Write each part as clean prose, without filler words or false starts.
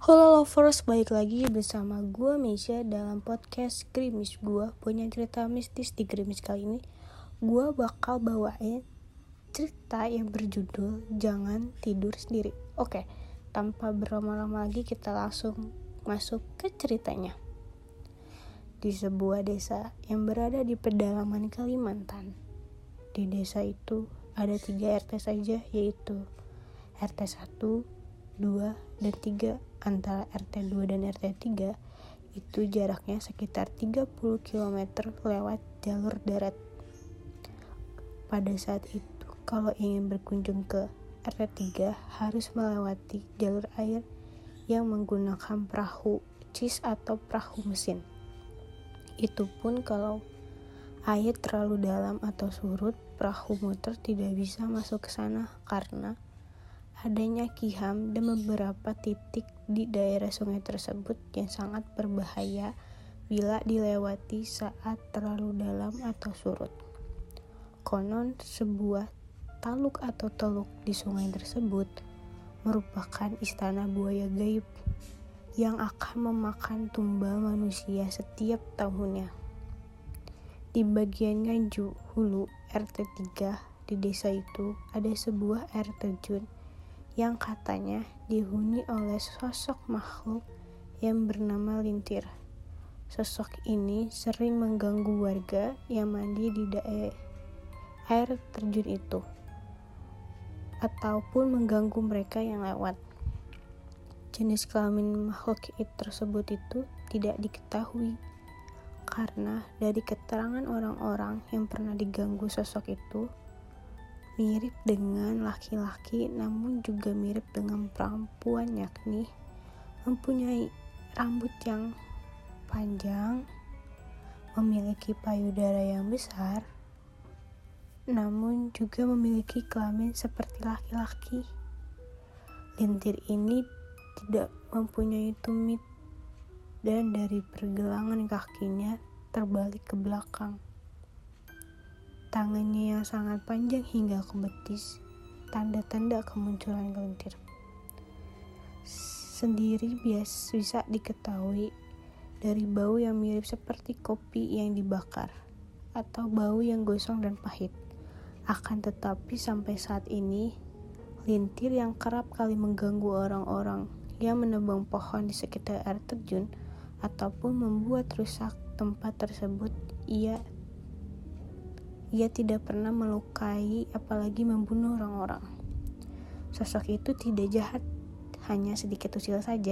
Halo lovers, balik lagi bersama gue Meisha dalam podcast Gerimis. Gue punya cerita mistis di Gerimis kali ini. Gue bakal bawain cerita yang berjudul Jangan Tidur Sendiri. Oke, tanpa berlama-lama lagi kita langsung masuk ke ceritanya. Di sebuah desa yang berada di pedalaman Kalimantan. Di desa itu ada 3 RT saja, yaitu RT 1, 2, dan 3. Antara RT 2 dan RT 3 itu jaraknya sekitar 30 km lewat jalur darat. Pada saat itu, kalau ingin berkunjung ke RT 3 harus melewati jalur air yang menggunakan perahu cis atau perahu mesin. Itu pun kalau air terlalu dalam atau surut, perahu motor tidak bisa masuk ke sana karena adanya kiham dan beberapa titik di daerah sungai tersebut yang sangat berbahaya bila dilewati saat terlalu dalam atau surut. Konon sebuah taluk atau teluk di sungai tersebut merupakan istana buaya gaib yang akan memakan tumbal manusia setiap tahunnya. Di bagian Nganjuk Hulu RT 3 di desa itu ada sebuah air terjun yang katanya dihuni oleh sosok makhluk yang bernama Lintir. Sosok ini sering mengganggu warga yang mandi di air terjun itu, ataupun mengganggu mereka yang lewat. Jenis kelamin makhluk tersebut itu tidak diketahui, karena dari keterangan orang-orang yang pernah diganggu sosok itu, mirip dengan laki-laki namun juga mirip dengan perempuan, yakni mempunyai rambut yang panjang, memiliki payudara yang besar, namun juga memiliki kelamin seperti laki-laki. Lintir ini tidak mempunyai tumit dan dari pergelangan kakinya terbalik ke belakang. Tangannya yang sangat panjang hingga ke betis, tanda-tanda kemunculan Lintir. Sendiri bisa diketahui dari bau yang mirip seperti kopi yang dibakar, atau bau yang gosong dan pahit. Akan tetapi sampai saat ini, Lintir yang kerap kali mengganggu orang-orang yang menebang pohon di sekitar air terjun, ataupun membuat rusak tempat tersebut, ia tidak pernah melukai apalagi membunuh orang-orang. Sosok itu tidak jahat, hanya sedikit usil saja.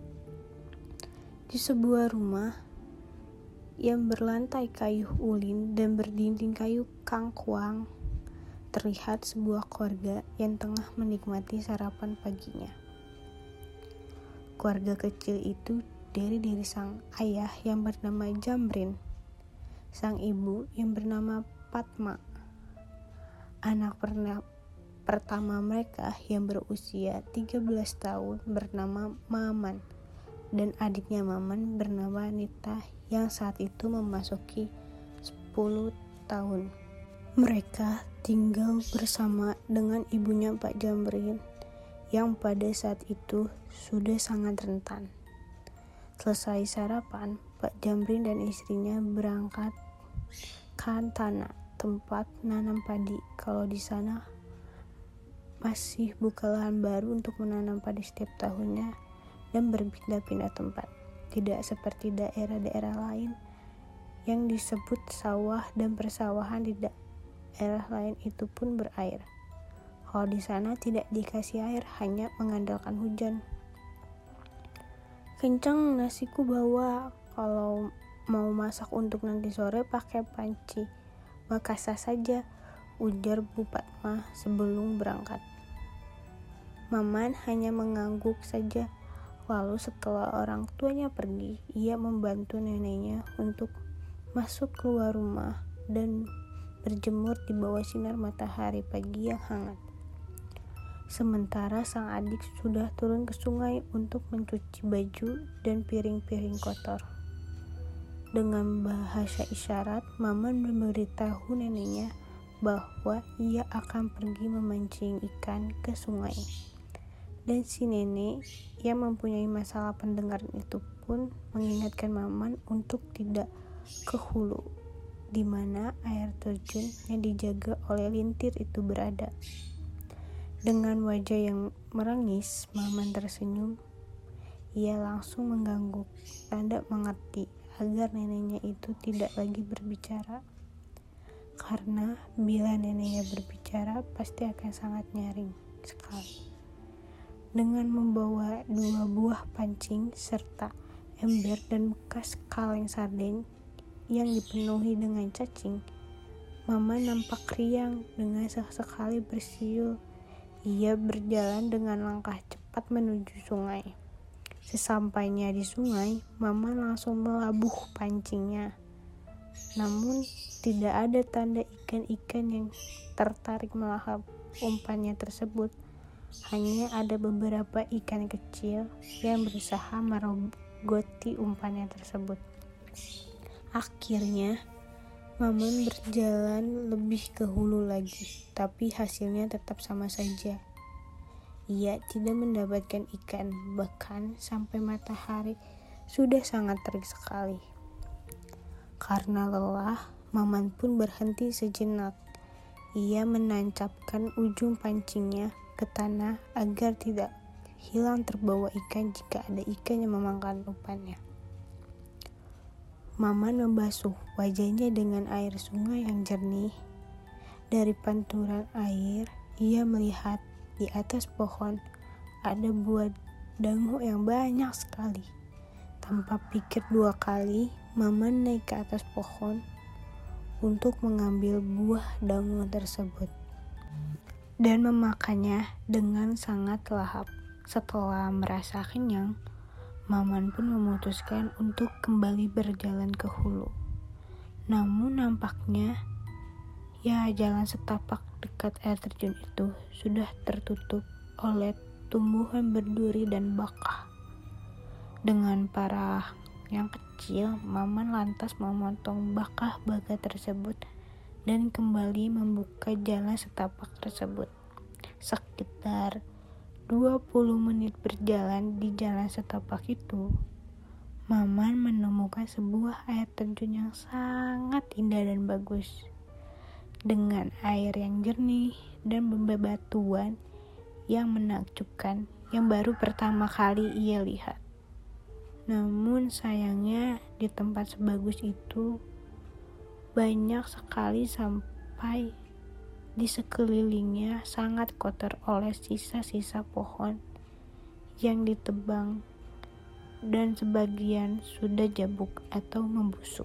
Di sebuah rumah yang berlantai kayu ulin dan berdinding kayu kangkuang, terlihat sebuah keluarga yang tengah menikmati sarapan paginya. Keluarga kecil itu dari sang ayah yang bernama Jamrin, sang ibu yang bernama Fatma, anak pertama mereka yang berusia 13 tahun bernama Maman, dan adiknya Maman bernama Nita yang saat itu memasuki 10 tahun. Mereka tinggal bersama dengan ibunya Pak Jamrin yang pada saat itu sudah sangat rentan. Selesai sarapan, Pak Jamrin dan istrinya berangkat ke tanah tempat menanam padi. Kalau di sana masih buka lahan baru untuk menanam padi setiap tahunnya dan berpindah-pindah tempat. Tidak seperti daerah-daerah lain yang disebut sawah dan persawahan di daerah lain itu pun berair. Kalau di sana tidak dikasih air, hanya mengandalkan hujan. Kencang nasiku bawa, kalau mau masak untuk nanti sore pakai panci. Makasa saja, ujar Bu Fatma sebelum berangkat. Maman hanya mengangguk saja. Lalu setelah orang tuanya pergi, ia membantu neneknya untuk masuk keluar rumah dan berjemur di bawah sinar matahari pagi yang hangat. Sementara sang adik sudah turun ke sungai untuk mencuci baju dan piring-piring kotor. Dengan bahasa isyarat, Maman memberitahu neneknya bahwa ia akan pergi memancing ikan ke sungai. Dan si nenek yang mempunyai masalah pendengaran itu pun mengingatkan Maman untuk tidak ke hulu, di mana air terjun yang dijaga oleh lintir itu berada. Dengan wajah yang merengis, Maman tersenyum. Ia langsung mengangguk, tanda mengerti agar neneknya itu tidak lagi berbicara. Karena bila neneknya berbicara, pasti akan sangat nyaring sekali. Dengan membawa 2 buah pancing serta ember dan bekas kaleng sarden yang dipenuhi dengan cacing, Mama nampak riang dengan sesekali bersiul. Ia berjalan dengan langkah cepat menuju sungai. Sesampainya di sungai, Mama langsung melabuh pancingnya. Namun tidak ada tanda ikan-ikan yang tertarik melahap umpannya tersebut. Hanya ada beberapa ikan kecil yang berusaha merogoti umpannya tersebut. Akhirnya, Maman berjalan lebih ke hulu lagi, tapi hasilnya tetap sama saja. Ia tidak mendapatkan ikan, bahkan sampai matahari sudah sangat terik sekali. Karena lelah, Maman pun berhenti sejenak. Ia menancapkan ujung pancingnya ke tanah agar tidak hilang terbawa ikan jika ada ikan yang memakan umpannya. Maman membasuh wajahnya dengan air sungai yang jernih. Dari pantulan air, ia melihat di atas pohon ada buah dangu yang banyak sekali. Tanpa pikir 2 kali, Maman naik ke atas pohon untuk mengambil buah dangu tersebut dan memakannya dengan sangat lahap. Setelah merasa kenyang, Maman pun memutuskan untuk kembali berjalan ke hulu. Namun nampaknya jalan setapak dekat air terjun itu sudah tertutup oleh tumbuhan berduri dan bakah. Dengan parah yang kecil, Maman lantas memotong bakah-bakah tersebut dan kembali membuka jalan setapak tersebut. Sekitar 20 menit berjalan di jalan setapak itu, Maman menemukan sebuah air terjun yang sangat indah dan bagus. Dengan air yang jernih dan bebatuan yang menakjubkan yang baru pertama kali ia lihat. Namun sayangnya di tempat sebagus itu banyak sekali sampai di sekelilingnya sangat kotor oleh sisa-sisa pohon yang ditebang dan sebagian sudah jabuk atau membusuk.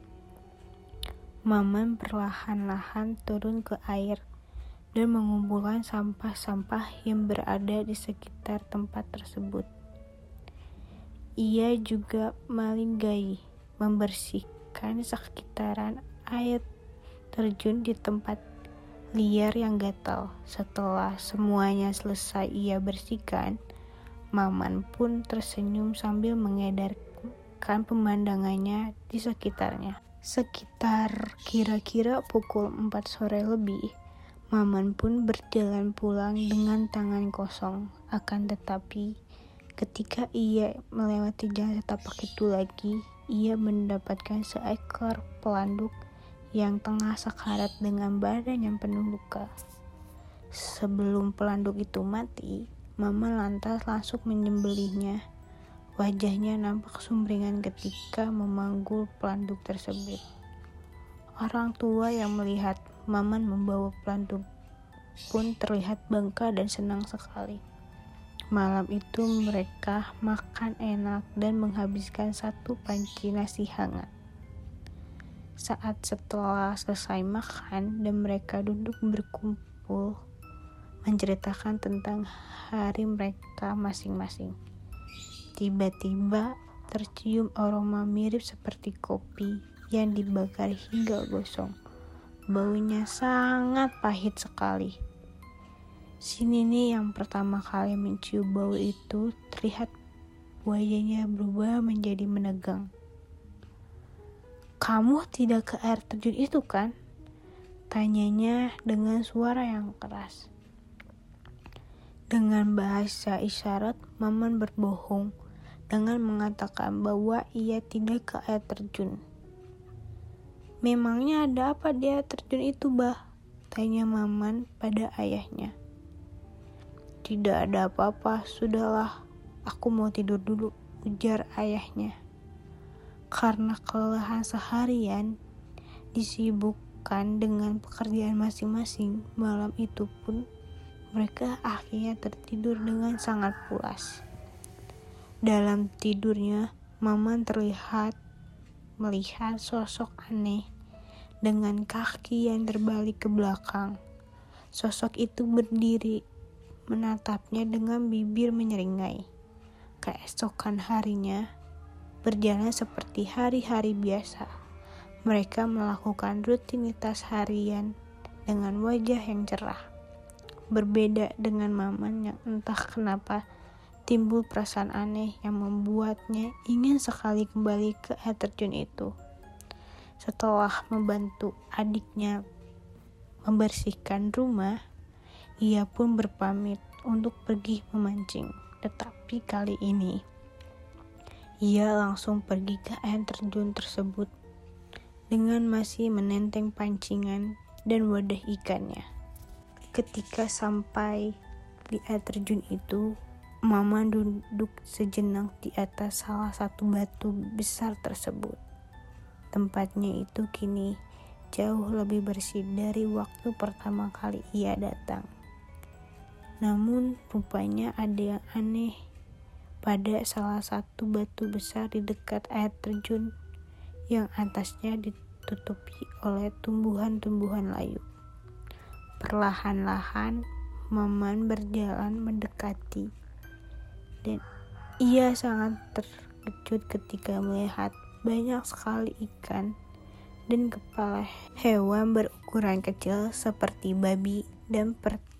Maman perlahan-lahan turun ke air dan mengumpulkan sampah-sampah yang berada di sekitar tempat tersebut. Ia juga malinggai membersihkan sekitaran air terjun di tempat liar yang gatal. Setelah semuanya selesai ia bersihkan, Maman pun tersenyum sambil mengedarkan pemandangannya di sekitarnya. Sekitar kira-kira pukul 4 sore lebih, Maman pun berjalan pulang dengan tangan kosong. Akan tetapi, ketika ia melewati jalan setapak itu lagi, ia mendapatkan seekor pelanduk yang tengah sekarat dengan badan yang penuh luka. Sebelum pelanduk itu mati, Mama lantas langsung menyembelihnya. Wajahnya nampak sumringah ketika memanggul pelanduk tersebut. Orang tua yang melihat Maman membawa pelanduk pun terlihat bangga dan senang sekali. Malam itu mereka makan enak dan menghabiskan 1 panci nasi hangat. Saat setelah selesai makan dan mereka duduk berkumpul menceritakan tentang hari mereka masing-masing, tiba-tiba tercium aroma mirip seperti kopi yang dibakar hingga gosong. Baunya sangat pahit sekali. Si nenek yang pertama kali mencium bau itu terlihat wajahnya berubah menjadi menegang. "Kamu tidak ke air terjun itu kan?" tanyanya dengan suara yang keras. Dengan bahasa isyarat, Maman berbohong dengan mengatakan bahwa ia tidak ke air terjun. "Memangnya ada apa di air terjun itu, Bah?" tanya Maman pada ayahnya. "Tidak ada apa-apa, sudahlah, aku mau tidur dulu," ujar ayahnya. Karena kelelahan seharian, disibukkan dengan pekerjaan masing-masing, malam itu pun mereka akhirnya tertidur dengan sangat pulas. Dalam tidurnya, Maman melihat sosok aneh dengan kaki yang terbalik ke belakang. Sosok itu berdiri, menatapnya dengan bibir menyeringai. Keesokan harinya, berjalan seperti hari-hari biasa. Mereka melakukan rutinitas harian dengan wajah yang cerah. Berbeda dengan Maman yang entah kenapa timbul perasaan aneh yang membuatnya ingin sekali kembali ke air terjun itu. Setelah membantu adiknya membersihkan rumah, ia pun berpamit untuk pergi memancing. Tetapi kali ini, ia langsung pergi ke air terjun tersebut dengan masih menenteng pancingan dan wadah ikannya. Ketika sampai di air terjun itu, Maman duduk sejenak di atas salah satu batu besar tersebut. Tempatnya itu kini jauh lebih bersih dari waktu pertama kali ia datang. Namun rupanya ada yang aneh pada salah satu batu besar di dekat air terjun yang atasnya ditutupi oleh tumbuhan-tumbuhan layu. Perlahan-lahan Maman berjalan mendekati, dan ia sangat terkejut ketika melihat banyak sekali ikan dan kepala hewan berukuran kecil seperti babi dan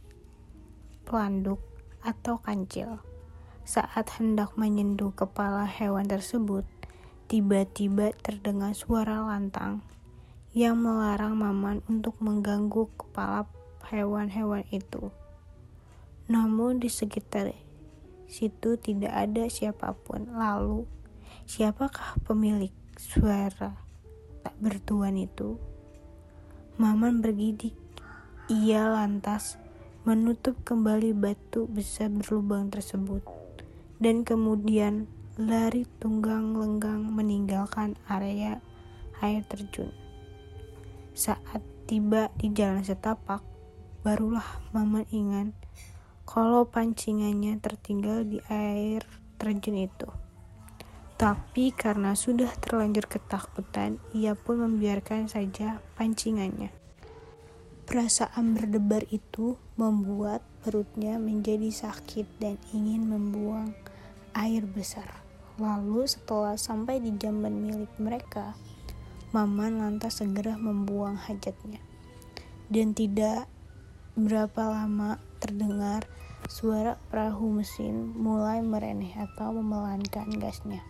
pelanduk atau kancil. Saat hendak menyentuh kepala hewan tersebut, tiba-tiba terdengar suara lantang yang melarang Maman untuk mengganggu kepala hewan-hewan itu. Namun di sekitar situ tidak ada siapapun. Lalu, siapakah pemilik suara tak bertuan itu? Maman bergidik. Ia lantas menutup kembali batu besar berlubang tersebut, dan kemudian lari tunggang-langgang meninggalkan area air terjun. Saat tiba di jalan setapak, barulah Maman ingat kalau pancingannya tertinggal di air terjun itu. Tapi karena sudah terlanjur ketakutan, ia pun membiarkan saja pancingannya. Perasaan berdebar itu membuat perutnya menjadi sakit dan ingin membuang air besar. Lalu setelah sampai di jamban milik mereka, Maman lantas segera membuang hajatnya. Dan tidak berapa lama terdengar suara perahu mesin mulai mereneh atau memelankan gasnya.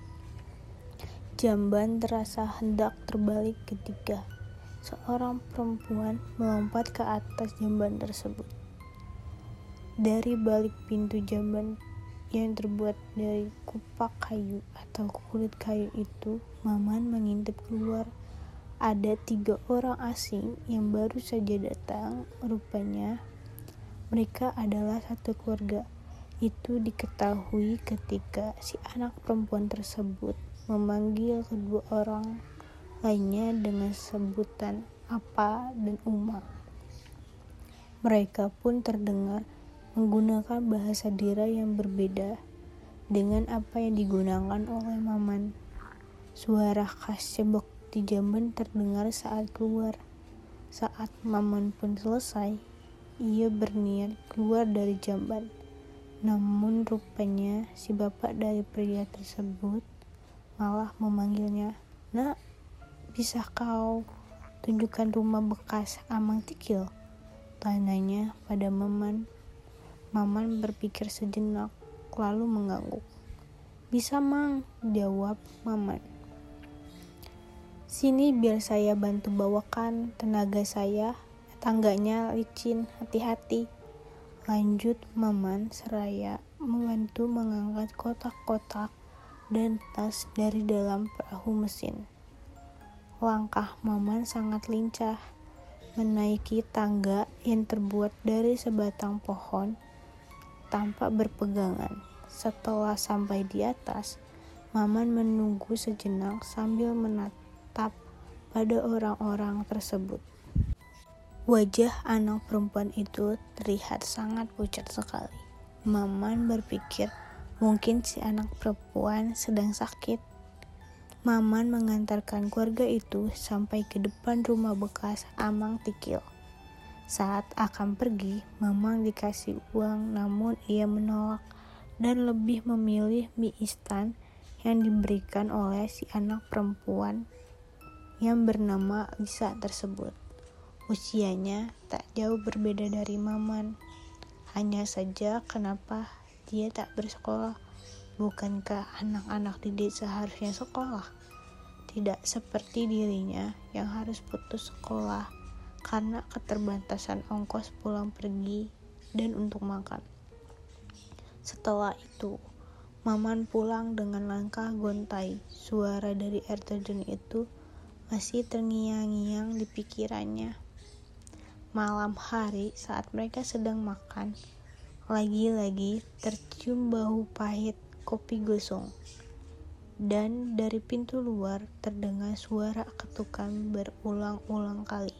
Jamban terasa hendak terbalik ketika seorang perempuan melompat ke atas jamban tersebut. Dari balik pintu jamban yang terbuat dari kupak kayu atau kulit kayu itu, Maman mengintip keluar. Ada 3 orang asing yang baru saja datang. Rupanya mereka adalah satu keluarga. Itu diketahui ketika si anak perempuan tersebut memanggil kedua orang lainnya dengan sebutan Apa dan Uma. Mereka pun terdengar menggunakan bahasa Dira yang berbeda dengan apa yang digunakan oleh Maman. Suara khas cebok di jamban terdengar saat keluar. Saat Maman pun selesai, ia berniat keluar dari jamban. Namun rupanya si bapak dari pria tersebut malah memanggilnya. "Nak, bisa kau tunjukkan rumah bekas Amang Tikil?" tanyanya pada Maman. Maman berpikir sejenak, lalu mengangguk. "Bisa, Mang," jawab Maman. "Sini biar saya bantu bawakan, tangganya licin, hati-hati." Lanjut, Maman seraya membantu mengangkat kotak-kotak dan tas dari dalam perahu mesin. Langkah Maman sangat lincah, menaiki tangga yang terbuat dari sebatang pohon tanpa berpegangan. Setelah sampai di atas, Maman menunggu sejenak sambil menatap pada orang-orang tersebut. Wajah anak perempuan itu terlihat sangat pucat sekali. Maman berpikir mungkin si anak perempuan sedang sakit. Maman mengantarkan keluarga itu sampai ke depan rumah bekas Amang Tikil. Saat akan pergi, Maman dikasih uang, namun ia menolak dan lebih memilih mie instan yang diberikan oleh si anak perempuan yang bernama Lisa tersebut. Usianya tak jauh berbeda dari Maman. Hanya saja kenapa dia tak bersekolah? Bukankah anak-anak di desa seharusnya sekolah? Tidak seperti dirinya yang harus putus sekolah karena keterbatasan ongkos pulang pergi dan untuk makan. Setelah itu, Maman pulang dengan langkah gontai. Suara dari air terjun itu masih terngiang-ngiang di pikirannya. Malam hari saat mereka sedang makan, lagi-lagi tercium bau pahit kopi gosong. Dan dari pintu luar terdengar suara ketukan berulang-ulang kali.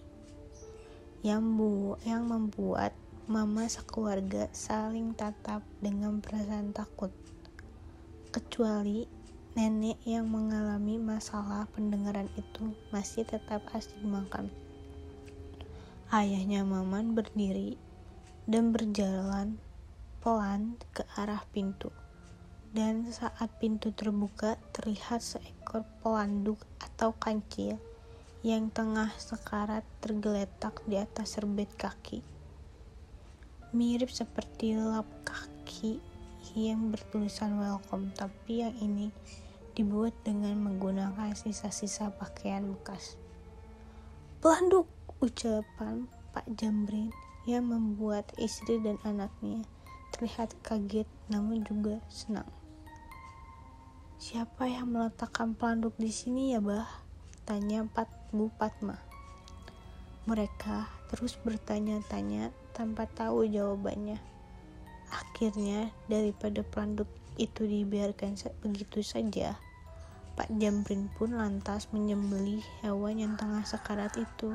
Yang membuat Mama sekeluarga saling tatap dengan perasaan takut. Kecuali nenek yang mengalami masalah pendengaran itu masih tetap asik makan. Ayahnya Maman berdiri dan berjalan pelan ke arah pintu. Dan saat pintu terbuka, terlihat seekor pelanduk atau kancil yang tengah sekarat tergeletak di atas serbet kaki. Mirip seperti lap kaki yang bertulisan welcome, tapi yang ini dibuat dengan menggunakan sisa-sisa pakaian bekas. Pelanduk, ucapan Pak Jambrin yang membuat istri dan anaknya terlihat kaget namun juga senang. Siapa yang meletakkan pelanduk di sini ya, Bah? Tanya Bu Padma. Mereka terus bertanya-tanya tanpa tahu jawabannya. Akhirnya, daripada pelanduk itu dibiarkan begitu saja, Pak Jambrin pun lantas menyembelih hewan yang tengah sekarat itu.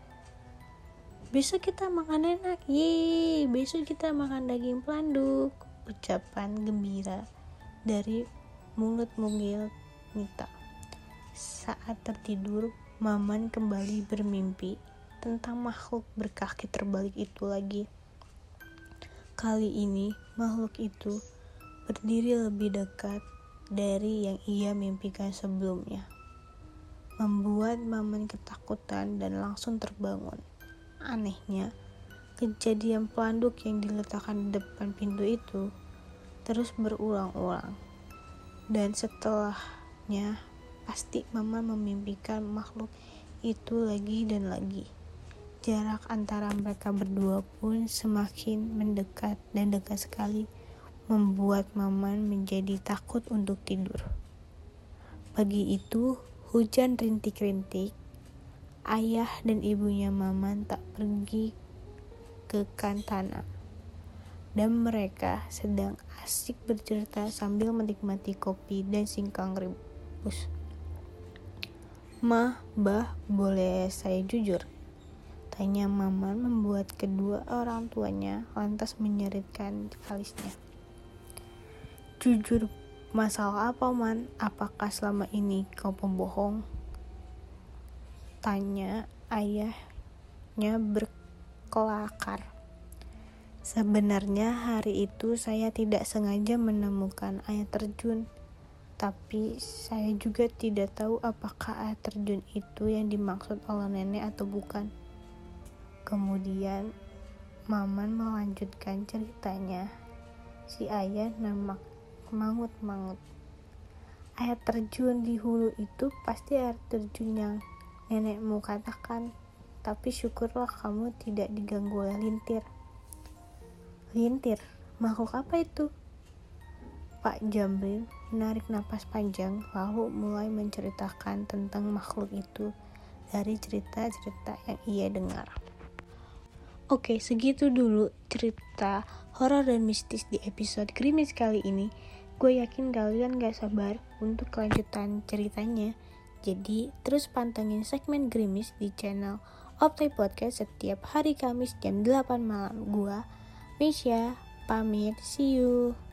Besok kita makan enak, yeay, besok kita makan daging pelanduk, ucapan gembira dari mulut mungil Nita. Saat tertidur, Maman kembali bermimpi tentang makhluk berkaki terbalik itu lagi. Kali ini, makhluk itu berdiri lebih dekat dari yang ia mimpikan sebelumnya, membuat Maman ketakutan dan langsung terbangun. Anehnya, kejadian pelanduk yang diletakkan di depan pintu itu terus berulang-ulang. Dan setelahnya, pasti Maman memimpikan makhluk itu lagi dan lagi. Jarak antara mereka berdua pun semakin mendekat dan dekat sekali, membuat Maman menjadi takut untuk tidur. Pagi itu, hujan rintik-rintik. Ayah dan ibunya Maman tak pergi ke kantana, dan mereka sedang asik bercerita sambil menikmati kopi dan singkong rebus. Bah, boleh saya jujur? Tanya Maman membuat kedua orang tuanya lantas menyeritkan alisnya. Jujur, masalah apa, Man? Apakah selama ini kau pembohong? Tanya ayahnya berkelakar. Sebenarnya hari itu saya tidak sengaja menemukan air terjun, tapi saya juga tidak tahu apakah air terjun itu yang dimaksud oleh nenek atau bukan. Kemudian Maman melanjutkan ceritanya. Si ayah nama mangut-mangut. Air terjun di hulu itu pasti air terjun yang nenekmu katakan, tapi syukurlah kamu tidak diganggu oleh lintir. Lintir, makhluk apa itu? Pak Jambril menarik napas panjang lalu mulai menceritakan tentang makhluk itu dari cerita-cerita yang ia dengar. Oke, segitu dulu cerita horor dan mistis di episode Krimis kali ini. Gue yakin kalian gak sabar untuk kelanjutan ceritanya. Jadi, terus pantengin segmen Krimis di channel Optai Podcast setiap hari Kamis jam 8 malam. Gua, Misha, pamit. See you.